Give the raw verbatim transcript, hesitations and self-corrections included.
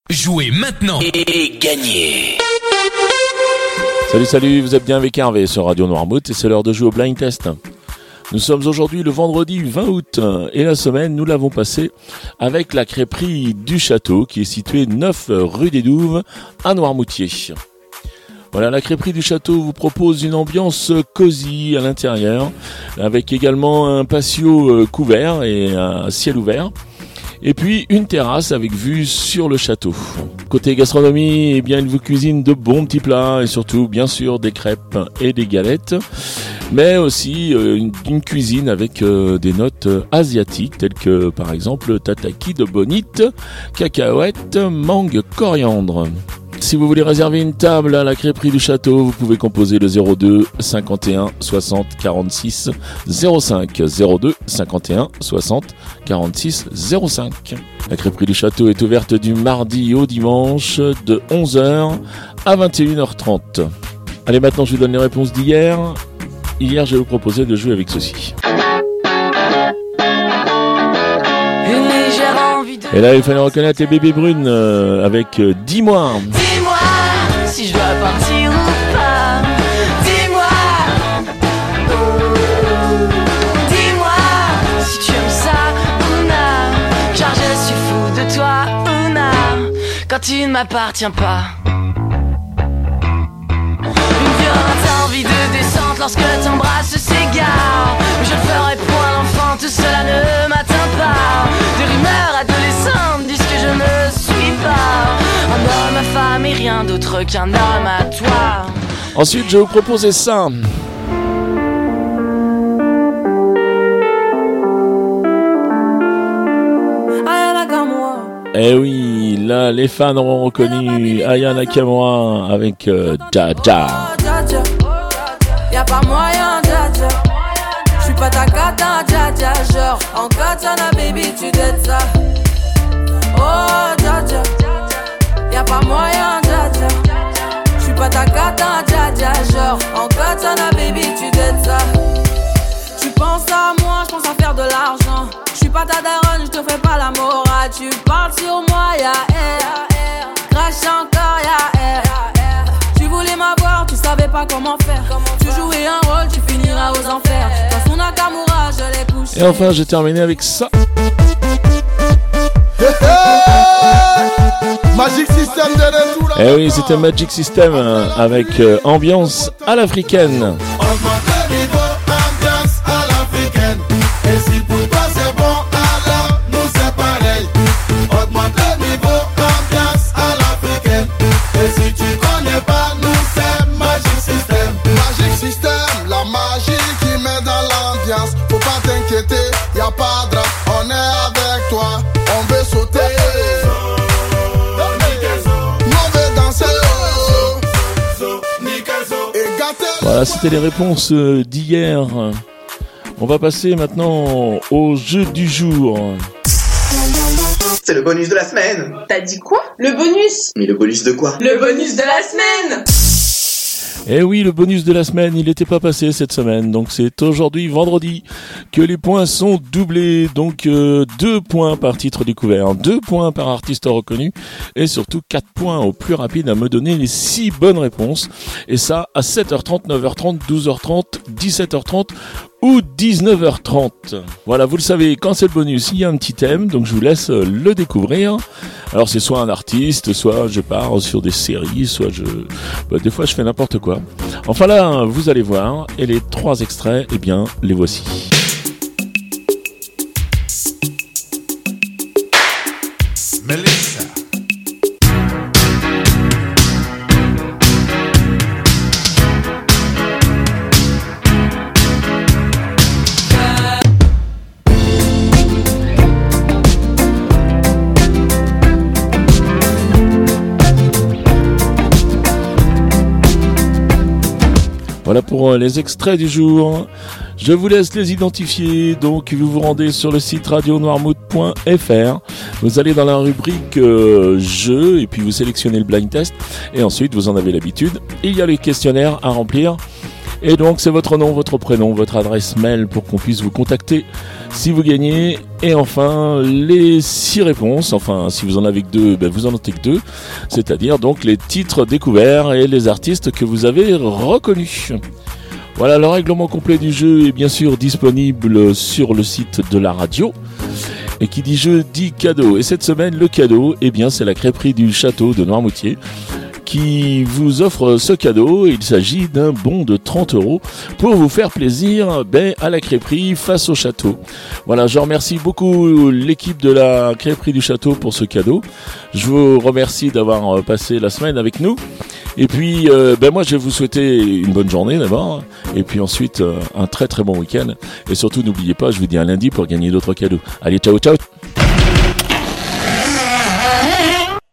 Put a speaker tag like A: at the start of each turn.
A: Jouez maintenant et gagnez.
B: Salut, salut, vous êtes bien avec Hervé sur Radio Noirmouth et c'est l'heure de jouer au Blind Test. Nous sommes aujourd'hui le vendredi vingt août et la semaine, nous l'avons passée avec la crêperie du Château qui est située neuf rue des Douves à Noirmoutier. Voilà, la crêperie du Château vous propose une ambiance cosy à l'intérieur avec également un patio couvert et un ciel ouvert. Et puis une terrasse avec vue sur le château. Côté gastronomie, eh bien, il vous cuisine de bons petits plats et surtout, bien sûr, des crêpes et des galettes. Mais aussi euh, une, une cuisine avec euh, des notes euh, asiatiques telles que, par exemple, tataki de bonite, cacahuètes, mangue, coriandre. Si vous voulez réserver une table à la crêperie du Château, vous pouvez composer le zéro deux cinquante et un soixante quarante-six zéro cinq zéro deux cinquante et un soixante quarante-six zéro cinq. La crêperie du Château est ouverte du mardi au dimanche de onze heures à vingt et une heures trente. Allez, maintenant je vous donne les réponses d'hier. Hier, je vais vous proposer de jouer avec ceci. Et là, il fallait reconnaître les bébés brunes euh, avec euh, Dis-moi.
C: Dis-moi si je dois partir ou pas. Dis-moi. Dis-moi si tu aimes ça ou non. Car je suis fou de toi ou non. Quand tu ne m'appartiens pas. Une violente envie de descente lorsque ton bras s'égare. Mais je ne ferai point l'enfant, tout cela ne m'atteint pas. Des rumeurs adolescentes disent que je ne suis pas un homme à femme et rien d'autre qu'un homme à toi.
B: Ensuite, je vais vous proposer ça. Eh oui, là, les fans auront reconnu Aya Nakamura avec euh, Dja.
D: Y'a pas moyen, Dja Dja. J'suis pas ta cata, Dja Dja. Genre, en katana, baby, tu dettes ça. Oh, Dja Dja. Y'a pas moyen, Dja Dja. J'suis pas ta cata, Dja Dja. Genre, en katana, baby, tu dettes ça. Tu penses à moi, j'pense à faire de l'argent. J'suis pas ta daronne, j'te fais pas la morale. Tu parles sur moi, y'a air. Crache encore, y'a air. Tu voulais m'avoir, tu savais pas comment faire. Tu jouais un rôle, tu finiras aux enfers. Dans son Nakamura, je l'ai couché.
B: Et enfin, j'ai terminé avec ça.
E: Hey, hey Magic System de retour.
B: Eh oui, c'était Magic System euh, avec euh, ambiance à l'africaine.
E: Y'a pas de rap, on est avec toi, on veut sauter, on veut danser, et gâter.
B: Voilà, c'était les réponses d'hier. On va passer maintenant au jeu du jour.
F: C'est le bonus de la semaine.
G: T'as dit quoi? Le bonus?
F: Mais le bonus de quoi?
G: Le bonus de la semaine.
B: Eh oui, le bonus de la semaine, il n'était pas passé cette semaine, donc c'est aujourd'hui, vendredi, que les points sont doublés, donc euh, deux points par titre découvert, deux points par artiste reconnu, et surtout quatre points au plus rapide à me donner les six bonnes réponses, et ça à sept heures trente, neuf heures trente, douze heures trente, dix-sept heures trente, ou dix-neuf heures trente. Voilà, vous le savez, quand c'est le bonus, il y a un petit thème, donc je vous laisse le découvrir. Alors c'est soit un artiste, soit je pars sur des séries, soit je... Bah, des fois je fais n'importe quoi. Enfin là, vous allez voir, et les trois extraits, eh bien, les voici.
E: Melissa.
B: Voilà pour les extraits du jour. Je vous laisse les identifier. Donc vous vous rendez sur le site radio noirmouth point f r. Vous allez dans la rubrique euh, jeux et puis vous sélectionnez le blind test. Et ensuite vous en avez l'habitude. Il y a les questionnaires à remplir. Et donc c'est votre nom, votre prénom, votre adresse mail pour qu'on puisse vous contacter si vous gagnez. Et enfin, les six réponses, enfin si vous en avez que deux, ben vous en notez que deux, c'est-à-dire donc les titres découverts et les artistes que vous avez reconnus. Voilà, le règlement complet du jeu est bien sûr disponible sur le site de la radio. Et qui dit jeu dit cadeau. Et cette semaine, le cadeau, eh bien c'est la crêperie du château de Noirmoutier qui vous offre ce cadeau. Il s'agit d'un bon de trente euros pour vous faire plaisir ben, à la crêperie face au château. Voilà, je remercie beaucoup l'équipe de la crêperie du château pour ce cadeau. Je vous remercie d'avoir passé la semaine avec nous. Et puis, euh, ben moi, je vais vous souhaiter une bonne journée d'abord. Et puis ensuite, euh, un très très bon week-end. Et surtout, n'oubliez pas, je vous dis à lundi pour gagner d'autres cadeaux. Allez, ciao, ciao!